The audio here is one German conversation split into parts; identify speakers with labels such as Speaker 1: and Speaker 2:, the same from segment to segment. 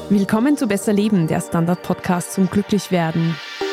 Speaker 1: Willkommen zu Besser Leben, der Standard-Podcast zum Glücklichwerden.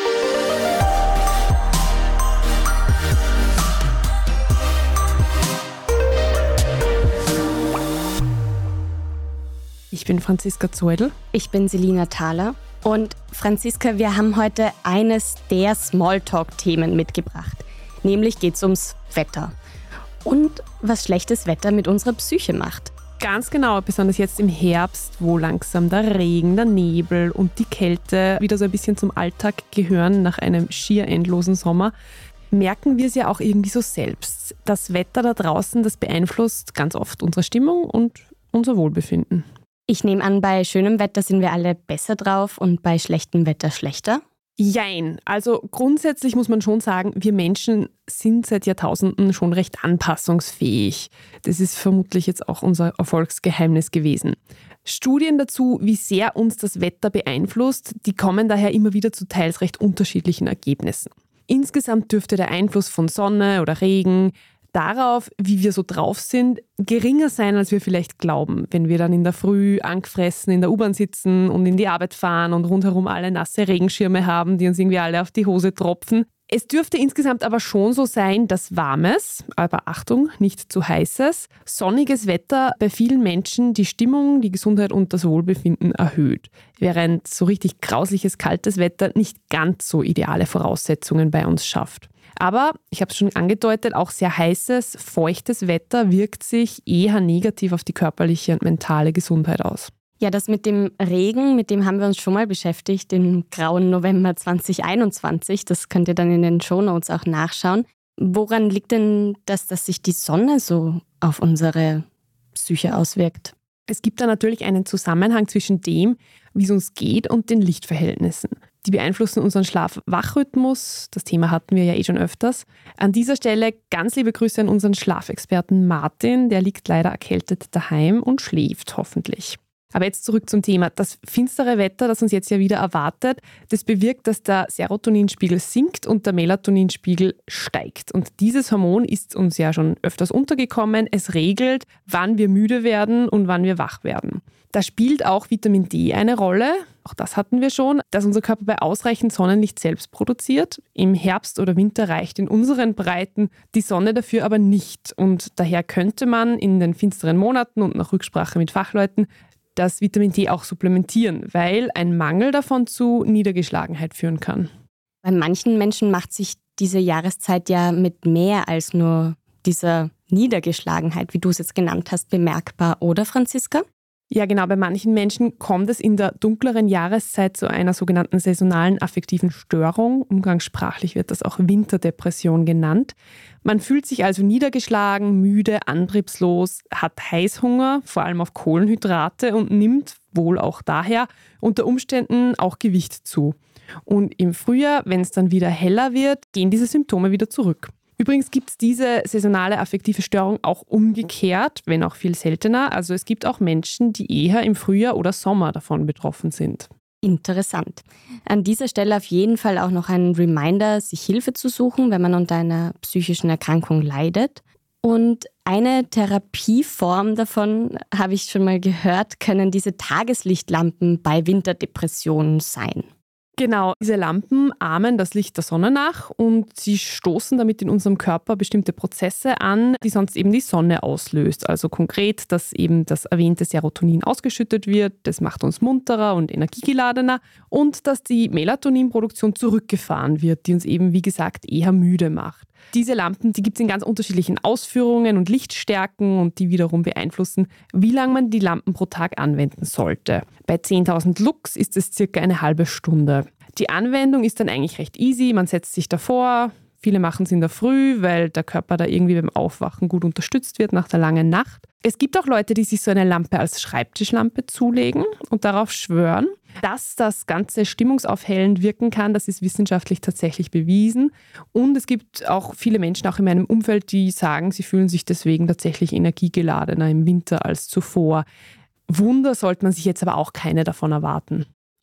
Speaker 1: Ich bin Franziska Zeudel.
Speaker 2: Ich bin Selina Thaler. Und Franziska, wir haben heute eines der Smalltalk-Themen mitgebracht. Nämlich geht es ums Wetter. Und was schlechtes Wetter mit unserer Psyche macht.
Speaker 1: Ganz genau, besonders jetzt im Herbst, wo langsam der Regen, der Nebel und die Kälte wieder so ein bisschen zum Alltag gehören nach einem schier endlosen Sommer, merken wir es ja auch irgendwie so selbst. Das Wetter da draußen, das beeinflusst ganz oft unsere Stimmung und unser Wohlbefinden.
Speaker 2: Ich nehme an, bei schönem Wetter sind wir alle besser drauf und bei schlechtem Wetter schlechter?
Speaker 1: Jein. Also grundsätzlich muss man schon sagen, wir Menschen sind seit Jahrtausenden schon recht anpassungsfähig. Das ist vermutlich jetzt auch unser Erfolgsgeheimnis gewesen. Studien dazu, wie sehr uns das Wetter beeinflusst, die kommen daher immer wieder zu teils recht unterschiedlichen Ergebnissen. Insgesamt dürfte der Einfluss von Sonne oder Regen darauf, wie wir so drauf sind, geringer sein, als wir vielleicht glauben, wenn wir dann in der Früh angefressen in der U-Bahn sitzen und in die Arbeit fahren und rundherum alle nasse Regenschirme haben, die uns irgendwie alle auf die Hose tropfen. Es dürfte insgesamt aber schon so sein, dass warmes, aber Achtung, nicht zu heißes, sonniges Wetter bei vielen Menschen die Stimmung, die Gesundheit und das Wohlbefinden erhöht, während so richtig grausliches, kaltes Wetter nicht ganz so ideale Voraussetzungen bei uns schafft. Aber, ich habe es schon angedeutet, auch sehr heißes, feuchtes Wetter wirkt sich eher negativ auf die körperliche und mentale Gesundheit aus.
Speaker 2: Ja, das mit dem Regen, mit dem haben wir uns schon mal beschäftigt, im grauen November 2021. Das könnt ihr dann in den Shownotes auch nachschauen. Woran liegt denn das, dass sich die Sonne so auf unsere Psyche auswirkt?
Speaker 1: Es gibt da natürlich einen Zusammenhang zwischen dem, wie es uns geht, und den Lichtverhältnissen. Die beeinflussen unseren Schlaf-Wach-Rhythmus. Das Thema hatten wir ja schon öfters. An dieser Stelle ganz liebe Grüße an unseren Schlafexperten Martin. Der liegt leider erkältet daheim und schläft hoffentlich. Aber jetzt zurück zum Thema. Das finstere Wetter, das uns jetzt ja wieder erwartet, das bewirkt, dass der Serotoninspiegel sinkt und der Melatoninspiegel steigt. Und dieses Hormon ist uns ja schon öfters untergekommen. Es regelt, wann wir müde werden und wann wir wach werden. Da spielt auch Vitamin D eine Rolle. Auch das hatten wir schon, dass unser Körper bei ausreichend Sonnenlicht selbst produziert. Im Herbst oder Winter reicht in unseren Breiten die Sonne dafür aber nicht. Und daher könnte man in den finsteren Monaten und nach Rücksprache mit Fachleuten das Vitamin D auch supplementieren, weil ein Mangel davon zu Niedergeschlagenheit führen kann.
Speaker 2: Bei manchen Menschen macht sich diese Jahreszeit ja mit mehr als nur dieser Niedergeschlagenheit, wie du es jetzt genannt hast, bemerkbar, oder Franziska?
Speaker 1: Ja, genau. Bei manchen Menschen kommt es in der dunkleren Jahreszeit zu einer sogenannten saisonalen affektiven Störung. Umgangssprachlich wird das auch Winterdepression genannt. Man fühlt sich also niedergeschlagen, müde, antriebslos, hat Heißhunger, vor allem auf Kohlenhydrate, und nimmt wohl auch daher unter Umständen auch Gewicht zu. Und im Frühjahr, wenn es dann wieder heller wird, gehen diese Symptome wieder zurück. Übrigens gibt es diese saisonale affektive Störung auch umgekehrt, wenn auch viel seltener. Also es gibt auch Menschen, die eher im Frühjahr oder Sommer davon betroffen sind.
Speaker 2: Interessant. An dieser Stelle auf jeden Fall auch noch ein Reminder, sich Hilfe zu suchen, wenn man unter einer psychischen Erkrankung leidet. Und eine Therapieform davon, habe ich schon mal gehört, können diese Tageslichtlampen bei Winterdepressionen sein.
Speaker 1: Genau, diese Lampen ahmen das Licht der Sonne nach und sie stoßen damit in unserem Körper bestimmte Prozesse an, die sonst eben die Sonne auslöst. Also konkret, dass eben das erwähnte Serotonin ausgeschüttet wird, das macht uns munterer und energiegeladener, und dass die Melatoninproduktion zurückgefahren wird, die uns eben, wie gesagt, eher müde macht. Diese Lampen, die gibt es in ganz unterschiedlichen Ausführungen und Lichtstärken, und die wiederum beeinflussen, wie lange man die Lampen pro Tag anwenden sollte. Bei 10.000 Lux ist es circa eine halbe Stunde. Die Anwendung ist dann eigentlich recht easy, man setzt sich davor. Viele machen es in der Früh, weil der Körper da irgendwie beim Aufwachen gut unterstützt wird nach der langen Nacht. Es gibt auch Leute, die sich so eine Lampe als Schreibtischlampe zulegen und darauf schwören. Dass das Ganze stimmungsaufhellend wirken kann, das ist wissenschaftlich tatsächlich bewiesen. Und es gibt auch viele Menschen, auch in meinem Umfeld, die sagen, sie fühlen sich deswegen tatsächlich energiegeladener im Winter als zuvor. Wunder sollte man sich jetzt aber auch keine davon erwarten.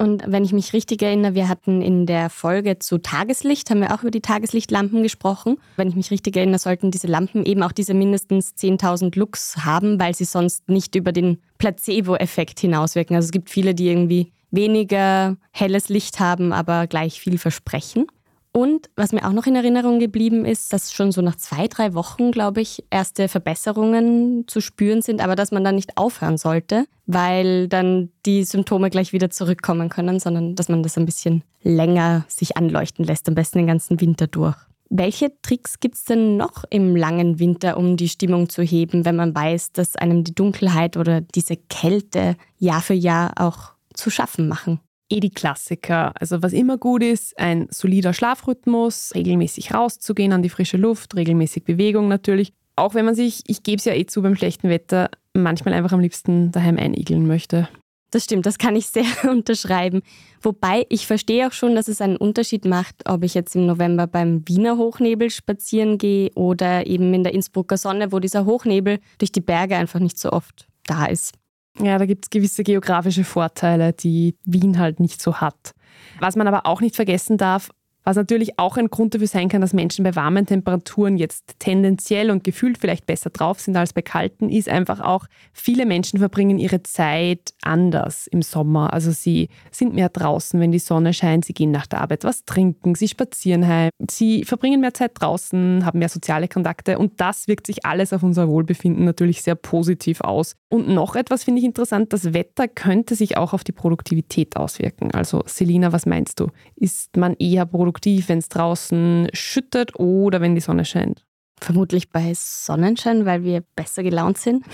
Speaker 2: Und wenn ich mich richtig erinnere, wir hatten in der Folge zu Tageslicht, haben wir auch über die Tageslichtlampen gesprochen. Wenn ich mich richtig erinnere, sollten diese Lampen eben auch diese mindestens 10.000 Lux haben, weil sie sonst nicht über den Placebo-Effekt hinauswirken. Also es gibt viele, die irgendwie weniger helles Licht haben, aber gleich viel versprechen. Und was mir auch noch in Erinnerung geblieben ist, dass schon so nach 2-3 Wochen, glaube ich, erste Verbesserungen zu spüren sind, aber dass man dann nicht aufhören sollte, weil dann die Symptome gleich wieder zurückkommen können, sondern dass man das ein bisschen länger sich anleuchten lässt, am besten den ganzen Winter durch. Welche Tricks gibt es denn noch im langen Winter, um die Stimmung zu heben, wenn man weiß, dass einem die Dunkelheit oder diese Kälte Jahr für Jahr auch zu schaffen machen?
Speaker 1: Die Klassiker. Also was immer gut ist, ein solider Schlafrhythmus, regelmäßig rauszugehen an die frische Luft, regelmäßig Bewegung natürlich. Auch wenn man sich, ich gebe es ja zu beim schlechten Wetter, manchmal einfach am liebsten daheim einigeln möchte.
Speaker 2: Das stimmt, das kann ich sehr unterschreiben. Wobei ich verstehe auch schon, dass es einen Unterschied macht, ob ich jetzt im November beim Wiener Hochnebel spazieren gehe oder eben in der Innsbrucker Sonne, wo dieser Hochnebel durch die Berge einfach nicht so oft da ist.
Speaker 1: Ja, da gibt es gewisse geografische Vorteile, die Wien halt nicht so hat. Was man aber auch nicht vergessen darf, was natürlich auch ein Grund dafür sein kann, dass Menschen bei warmen Temperaturen jetzt tendenziell und gefühlt vielleicht besser drauf sind als bei kalten, ist einfach auch, viele Menschen verbringen ihre Zeit anders im Sommer. Also sie sind mehr draußen, wenn die Sonne scheint, sie gehen nach der Arbeit was trinken, sie spazieren heim, sie verbringen mehr Zeit draußen, haben mehr soziale Kontakte und das wirkt sich alles auf unser Wohlbefinden natürlich sehr positiv aus. Und noch etwas finde ich interessant, das Wetter könnte sich auch auf die Produktivität auswirken. Also Selina, was meinst du? Ist man eher produktiv, wenn es draußen schüttet oder wenn die Sonne scheint?
Speaker 2: Vermutlich bei Sonnenschein, weil wir besser gelaunt sind.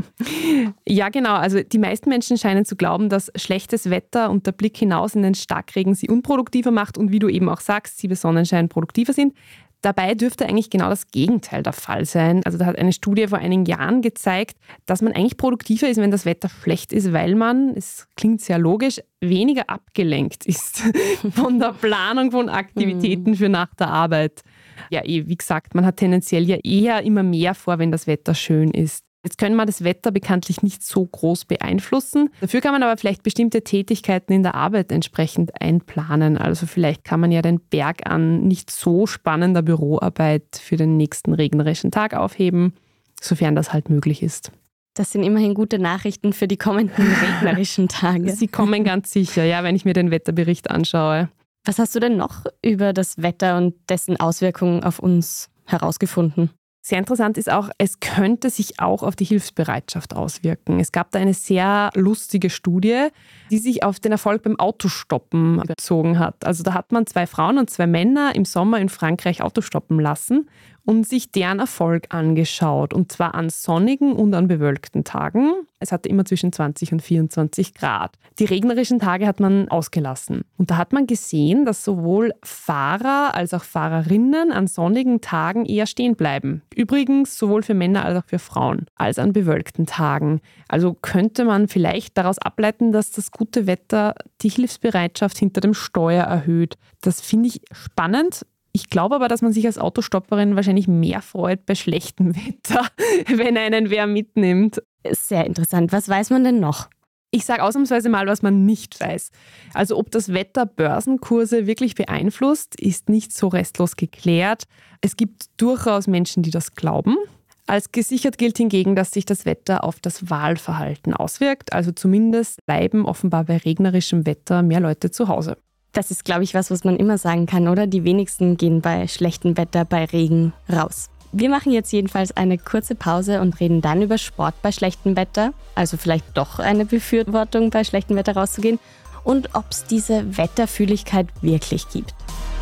Speaker 1: Ja, genau. Also die meisten Menschen scheinen zu glauben, dass schlechtes Wetter und der Blick hinaus in den Starkregen sie unproduktiver macht und wie du eben auch sagst, sie bei Sonnenschein produktiver sind. Dabei dürfte eigentlich genau das Gegenteil der Fall sein. Also da hat eine Studie vor einigen Jahren gezeigt, dass man eigentlich produktiver ist, wenn das Wetter schlecht ist, weil man, es klingt sehr logisch, weniger abgelenkt ist von der Planung von Aktivitäten für nach der Arbeit. Ja, wie gesagt, man hat tendenziell ja eher immer mehr vor, wenn das Wetter schön ist. Jetzt können wir das Wetter bekanntlich nicht so groß beeinflussen. Dafür kann man aber vielleicht bestimmte Tätigkeiten in der Arbeit entsprechend einplanen. Also vielleicht kann man ja den Berg an nicht so spannender Büroarbeit für den nächsten regnerischen Tag aufheben, sofern das halt möglich ist.
Speaker 2: Das sind immerhin gute Nachrichten für die kommenden regnerischen Tage.
Speaker 1: Sie kommen ganz sicher, ja, wenn ich mir den Wetterbericht anschaue.
Speaker 2: Was hast du denn noch über das Wetter und dessen Auswirkungen auf uns herausgefunden?
Speaker 1: Sehr interessant ist auch, es könnte sich auch auf die Hilfsbereitschaft auswirken. Es gab da eine sehr lustige Studie, die sich auf den Erfolg beim Autostoppen bezogen hat. Also da hat man 2 Frauen und 2 Männer im Sommer in Frankreich Autostoppen lassen und sich deren Erfolg angeschaut. Und zwar an sonnigen und an bewölkten Tagen. Es hatte immer zwischen 20 und 24 Grad. Die regnerischen Tage hat man ausgelassen. Und da hat man gesehen, dass sowohl Fahrer als auch Fahrerinnen an sonnigen Tagen eher stehen bleiben. Übrigens sowohl für Männer als auch für Frauen, als an bewölkten Tagen. Also könnte man vielleicht daraus ableiten, dass das gute Wetter die Hilfsbereitschaft hinter dem Steuer erhöht. Das finde ich spannend. Ich glaube aber, dass man sich als Autostopperin wahrscheinlich mehr freut bei schlechtem Wetter, wenn einen wer mitnimmt.
Speaker 2: Sehr interessant. Was weiß man denn noch?
Speaker 1: Ich sage ausnahmsweise mal, was man nicht weiß. Also ob das Wetter Börsenkurse wirklich beeinflusst, ist nicht so restlos geklärt. Es gibt durchaus Menschen, die das glauben. Als gesichert gilt hingegen, dass sich das Wetter auf das Wahlverhalten auswirkt. Also zumindest bleiben offenbar bei regnerischem Wetter mehr Leute zu Hause.
Speaker 2: Das ist, glaube ich, was man immer sagen kann, oder? Die wenigsten gehen bei schlechtem Wetter, bei Regen raus. Wir machen jetzt jedenfalls eine kurze Pause und reden dann über Sport bei schlechtem Wetter. Also vielleicht doch eine Befürwortung, bei schlechtem Wetter rauszugehen. Und ob es diese Wetterfühligkeit wirklich gibt.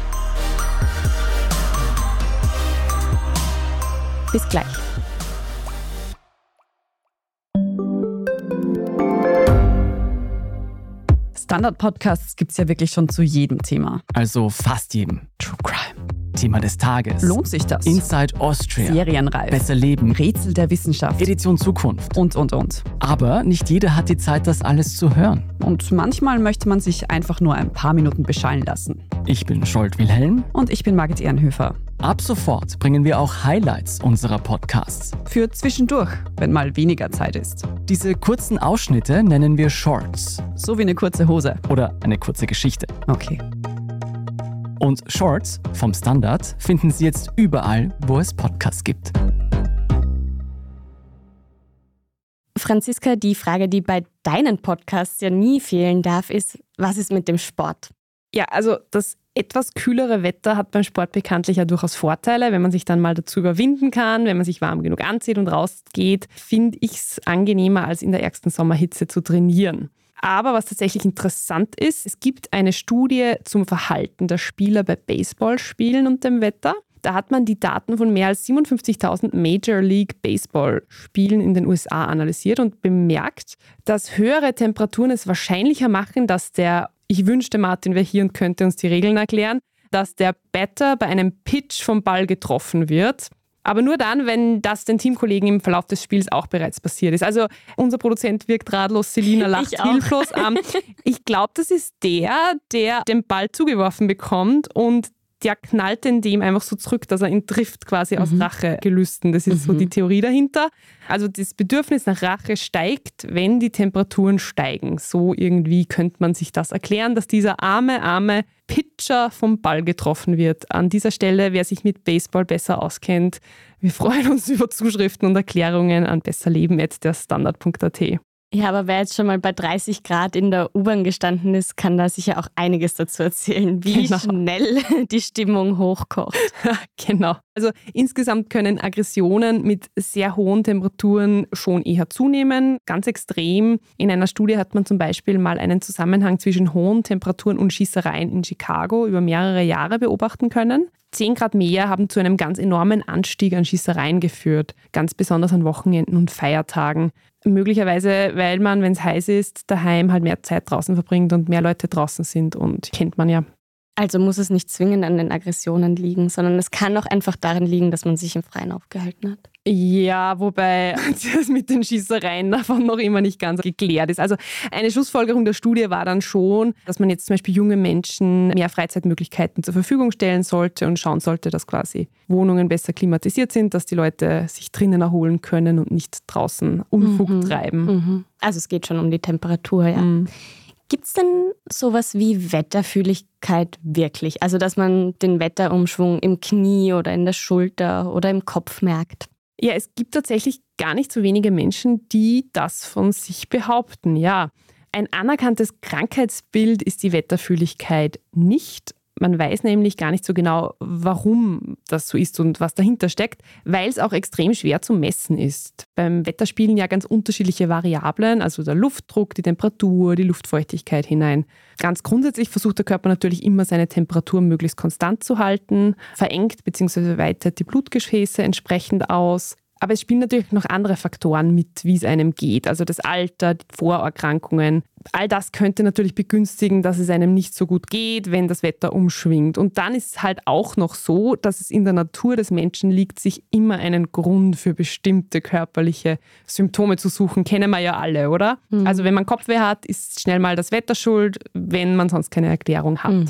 Speaker 2: Bis gleich.
Speaker 3: Standard-Podcasts gibt es ja wirklich schon zu jedem Thema.
Speaker 4: Also fast jedem.
Speaker 3: True Crime. Thema des Tages.
Speaker 4: Lohnt sich das?
Speaker 3: Inside Austria.
Speaker 4: Serienreif.
Speaker 3: Besser leben.
Speaker 4: Rätsel der Wissenschaft.
Speaker 3: Edition Zukunft.
Speaker 4: Und.
Speaker 3: Aber nicht jeder hat die Zeit, das alles zu hören.
Speaker 4: Und manchmal möchte man sich einfach nur ein paar Minuten beschallen lassen.
Speaker 3: Ich bin Scholt Wilhelm.
Speaker 4: Und ich bin Margit Ehrenhöfer.
Speaker 3: Ab sofort bringen wir auch Highlights unserer Podcasts.
Speaker 4: Für zwischendurch, wenn mal weniger Zeit ist.
Speaker 3: Diese kurzen Ausschnitte nennen wir Shorts.
Speaker 4: So wie eine kurze Hose.
Speaker 3: Oder eine kurze Geschichte.
Speaker 4: Okay.
Speaker 3: Und Shorts vom Standard finden Sie jetzt überall, wo es Podcasts gibt.
Speaker 2: Franziska, die Frage, die bei deinen Podcasts ja nie fehlen darf, ist, was ist mit dem Sport?
Speaker 1: Ja, also das etwas kühlere Wetter hat beim Sport bekanntlich ja durchaus Vorteile, wenn man sich dann mal dazu überwinden kann, wenn man sich warm genug anzieht und rausgeht, finde ich es angenehmer, als in der ärgsten Sommerhitze zu trainieren. Aber was tatsächlich interessant ist, es gibt eine Studie zum Verhalten der Spieler bei Baseballspielen und dem Wetter. Da hat man die Daten von mehr als 57.000 Major League Baseball-Spielen in den USA analysiert und bemerkt, dass höhere Temperaturen es wahrscheinlicher machen, dass ich wünschte, Martin wäre hier und könnte uns die Regeln erklären, dass der Batter bei einem Pitch vom Ball getroffen wird. Aber nur dann, wenn das den Teamkollegen im Verlauf des Spiels auch bereits passiert ist. Also unser Produzent wirkt ratlos, Selina lacht hilflos. Ich glaube, das ist der den Ball zugeworfen bekommt und der knallt den dem einfach so zurück, dass er ihn trifft quasi aus Rachegelüsten. Das ist so die Theorie dahinter. Also das Bedürfnis nach Rache steigt, wenn die Temperaturen steigen. So irgendwie könnte man sich das erklären, dass dieser arme Pitcher vom Ball getroffen wird. An dieser Stelle, wer sich mit Baseball besser auskennt, wir freuen uns über Zuschriften und Erklärungen an besserleben@derstandard.at.
Speaker 2: Ja, aber wer jetzt schon mal bei 30 Grad in der U-Bahn gestanden ist, kann da sicher auch einiges dazu erzählen, wie schnell die Stimmung hochkocht.
Speaker 1: Genau. Also insgesamt können Aggressionen mit sehr hohen Temperaturen schon eher zunehmen. Ganz extrem. In einer Studie hat man zum Beispiel mal einen Zusammenhang zwischen hohen Temperaturen und Schießereien in Chicago über mehrere Jahre beobachten können. 10 Grad mehr haben zu einem ganz enormen Anstieg an Schießereien geführt, ganz besonders an Wochenenden und Feiertagen. Möglicherweise, weil man, wenn es heiß ist, daheim halt mehr Zeit draußen verbringt und mehr Leute draußen sind und kennt man ja.
Speaker 2: Also muss es nicht zwingend an den Aggressionen liegen, sondern es kann auch einfach darin liegen, dass man sich im Freien aufgehalten hat.
Speaker 1: Ja, wobei das mit den Schießereien davon noch immer nicht ganz geklärt ist. Also eine Schlussfolgerung der Studie war dann schon, dass man jetzt zum Beispiel junge Menschen mehr Freizeitmöglichkeiten zur Verfügung stellen sollte und schauen sollte, dass quasi Wohnungen besser klimatisiert sind, dass die Leute sich drinnen erholen können und nicht draußen Unfug treiben.
Speaker 2: Also es geht schon um die Temperatur, ja. Gibt es denn sowas wie Wetterfühligkeit wirklich? Also dass man den Wetterumschwung im Knie oder in der Schulter oder im Kopf merkt?
Speaker 1: Ja, es gibt tatsächlich gar nicht so wenige Menschen, die das von sich behaupten. Ja, ein anerkanntes Krankheitsbild ist die Wetterfühligkeit nicht. Man weiß nämlich gar nicht so genau, warum das so ist und was dahinter steckt, weil es auch extrem schwer zu messen ist. Beim Wetter spielen ja ganz unterschiedliche Variablen, also der Luftdruck, die Temperatur, die Luftfeuchtigkeit hinein. Ganz grundsätzlich versucht der Körper natürlich immer, seine Temperatur möglichst konstant zu halten, verengt bzw. weitet die Blutgefäße entsprechend aus. Aber es spielen natürlich noch andere Faktoren mit, wie es einem geht. Also das Alter, die Vorerkrankungen. All das könnte natürlich begünstigen, dass es einem nicht so gut geht, wenn das Wetter umschwingt. Und dann ist es halt auch noch so, dass es in der Natur des Menschen liegt, sich immer einen Grund für bestimmte körperliche Symptome zu suchen. Kennen wir ja alle, oder? Also wenn man Kopfweh hat, ist schnell mal das Wetter schuld, wenn man sonst keine Erklärung hat.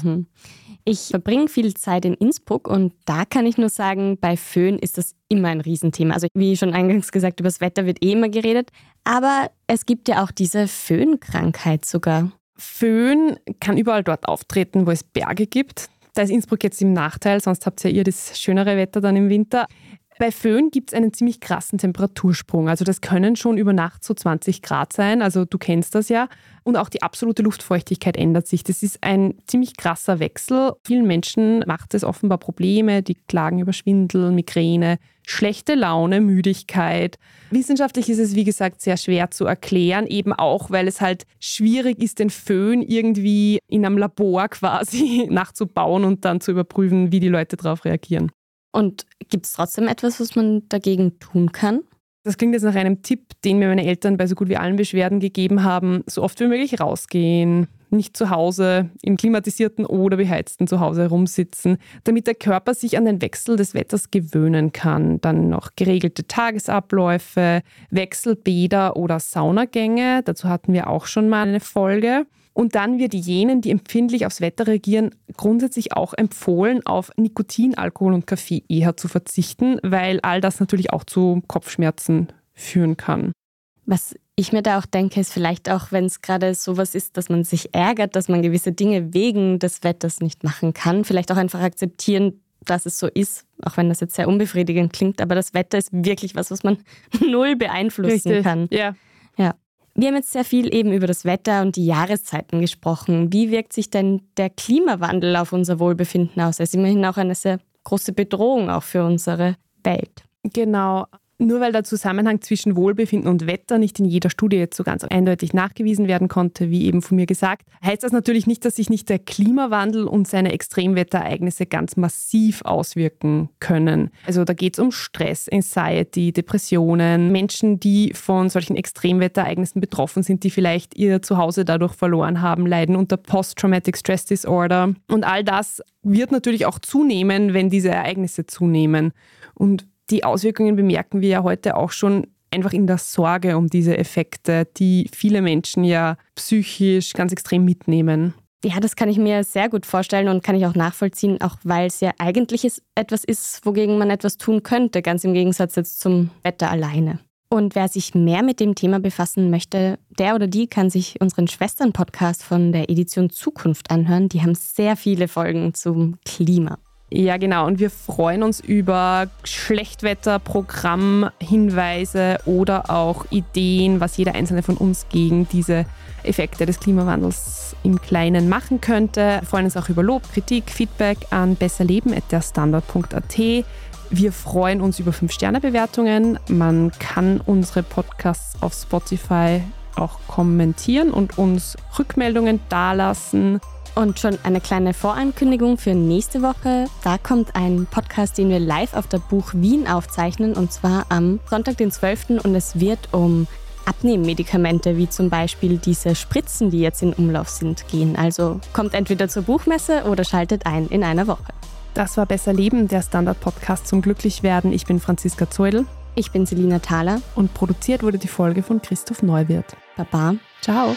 Speaker 2: Ich verbringe viel Zeit in Innsbruck und da kann ich nur sagen, bei Föhn ist das immer ein Riesenthema. Also wie schon eingangs gesagt, über das Wetter wird immer geredet, aber es gibt ja auch diese Föhnkrankheit sogar.
Speaker 1: Föhn kann überall dort auftreten, wo es Berge gibt. Da ist Innsbruck jetzt im Nachteil, sonst habt ihr das schönere Wetter dann im Winter. Bei Föhn gibt es einen ziemlich krassen Temperatursprung. Also das können schon über Nacht so 20 Grad sein, also du kennst das ja. Und auch die absolute Luftfeuchtigkeit ändert sich. Das ist ein ziemlich krasser Wechsel. Vielen Menschen macht es offenbar Probleme, die klagen über Schwindel, Migräne, schlechte Laune, Müdigkeit. Wissenschaftlich ist es, wie gesagt, sehr schwer zu erklären, eben auch, weil es halt schwierig ist, den Föhn irgendwie in einem Labor quasi nachzubauen und dann zu überprüfen, wie die Leute darauf reagieren.
Speaker 2: Und gibt es trotzdem etwas, was man dagegen tun kann?
Speaker 1: Das klingt jetzt nach einem Tipp, den mir meine Eltern bei so gut wie allen Beschwerden gegeben haben. So oft wie möglich rausgehen, nicht zu Hause im klimatisierten oder beheizten Zuhause herumsitzen, damit der Körper sich an den Wechsel des Wetters gewöhnen kann. Dann noch geregelte Tagesabläufe, Wechselbäder oder Saunagänge. Dazu hatten wir auch schon mal eine Folge. Und dann wird jenen, die empfindlich aufs Wetter reagieren, grundsätzlich auch empfohlen, auf Nikotin, Alkohol und Kaffee eher zu verzichten, weil all das natürlich auch zu Kopfschmerzen führen kann.
Speaker 2: Was ich mir da auch denke, ist vielleicht auch, wenn es gerade sowas ist, dass man sich ärgert, dass man gewisse Dinge wegen des Wetters nicht machen kann, vielleicht auch einfach akzeptieren, dass es so ist, auch wenn das jetzt sehr unbefriedigend klingt, aber das Wetter ist wirklich was man null beeinflussen kann.
Speaker 1: Ja.
Speaker 2: Wir haben jetzt sehr viel eben über das Wetter und die Jahreszeiten gesprochen. Wie wirkt sich denn der Klimawandel auf unser Wohlbefinden aus? Er ist immerhin auch eine sehr große Bedrohung auch für unsere Welt.
Speaker 1: Genau. Nur weil der Zusammenhang zwischen Wohlbefinden und Wetter nicht in jeder Studie jetzt so ganz eindeutig nachgewiesen werden konnte, wie eben von mir gesagt, heißt das natürlich nicht, dass sich nicht der Klimawandel und seine Extremwetterereignisse ganz massiv auswirken können. Also da geht es um Stress, Anxiety, Depressionen, Menschen, die von solchen Extremwetterereignissen betroffen sind, die vielleicht ihr Zuhause dadurch verloren haben, leiden unter Post-Traumatic Stress Disorder. Und all das wird natürlich auch zunehmen, wenn diese Ereignisse zunehmen. Und die Auswirkungen bemerken wir ja heute auch schon einfach in der Sorge um diese Effekte, die viele Menschen ja psychisch ganz extrem mitnehmen.
Speaker 2: Ja, das kann ich mir sehr gut vorstellen und kann ich auch nachvollziehen, auch weil es ja eigentlich etwas ist, wogegen man etwas tun könnte, ganz im Gegensatz jetzt zum Wetter alleine. Und wer sich mehr mit dem Thema befassen möchte, der oder die kann sich unseren Schwestern-Podcast von der Edition Zukunft anhören. Die haben sehr viele Folgen zum Klima.
Speaker 1: Ja, genau. Und wir freuen uns über Schlechtwetterprogrammhinweise oder auch Ideen, was jeder einzelne von uns gegen diese Effekte des Klimawandels im Kleinen machen könnte. Wir freuen uns auch über Lob, Kritik, Feedback an besserleben@derstandard.at. Wir freuen uns über 5-Sterne-Bewertungen. Man kann unsere Podcasts auf Spotify auch kommentieren und uns Rückmeldungen dalassen.
Speaker 2: Und schon eine kleine Vorankündigung für nächste Woche. Da kommt ein Podcast, den wir live auf der Buch Wien aufzeichnen, und zwar am Sonntag, den 12. Und es wird um Abnehmmedikamente, wie zum Beispiel diese Spritzen, die jetzt in Umlauf sind, gehen. Also kommt entweder zur Buchmesse oder schaltet ein in einer Woche.
Speaker 1: Das war Besser Leben, der Standard-Podcast zum Glücklichwerden. Ich bin Franziska Zeudel.
Speaker 2: Ich bin Selina Thaler.
Speaker 1: Und produziert wurde die Folge von Christoph Neuwirth.
Speaker 2: Baba.
Speaker 1: Ciao.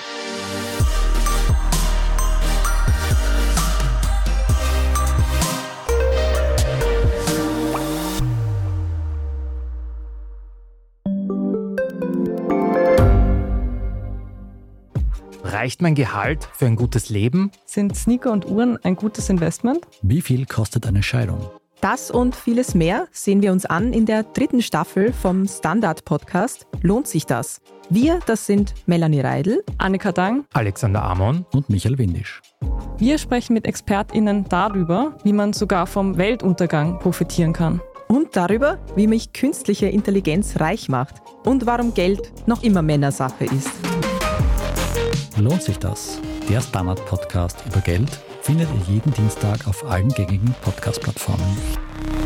Speaker 5: Reicht mein Gehalt für ein gutes Leben?
Speaker 6: Sind Sneaker und Uhren ein gutes Investment?
Speaker 7: Wie viel kostet eine Scheidung?
Speaker 8: Das und vieles mehr sehen wir uns an in der 3. Staffel vom Standard-Podcast Lohnt sich das? Wir, das sind Melanie Reidl,
Speaker 6: Annika Dang,
Speaker 5: Alexander Amon
Speaker 7: Und Michael Windisch.
Speaker 6: Wir sprechen mit ExpertInnen darüber, wie man sogar vom Weltuntergang profitieren kann.
Speaker 8: und darüber, wie mich künstliche Intelligenz reich macht und warum Geld noch immer Männersache ist.
Speaker 7: Lohnt sich das? Der Standard-Podcast über Geld findet ihr jeden Dienstag auf allen gängigen Podcast-Plattformen.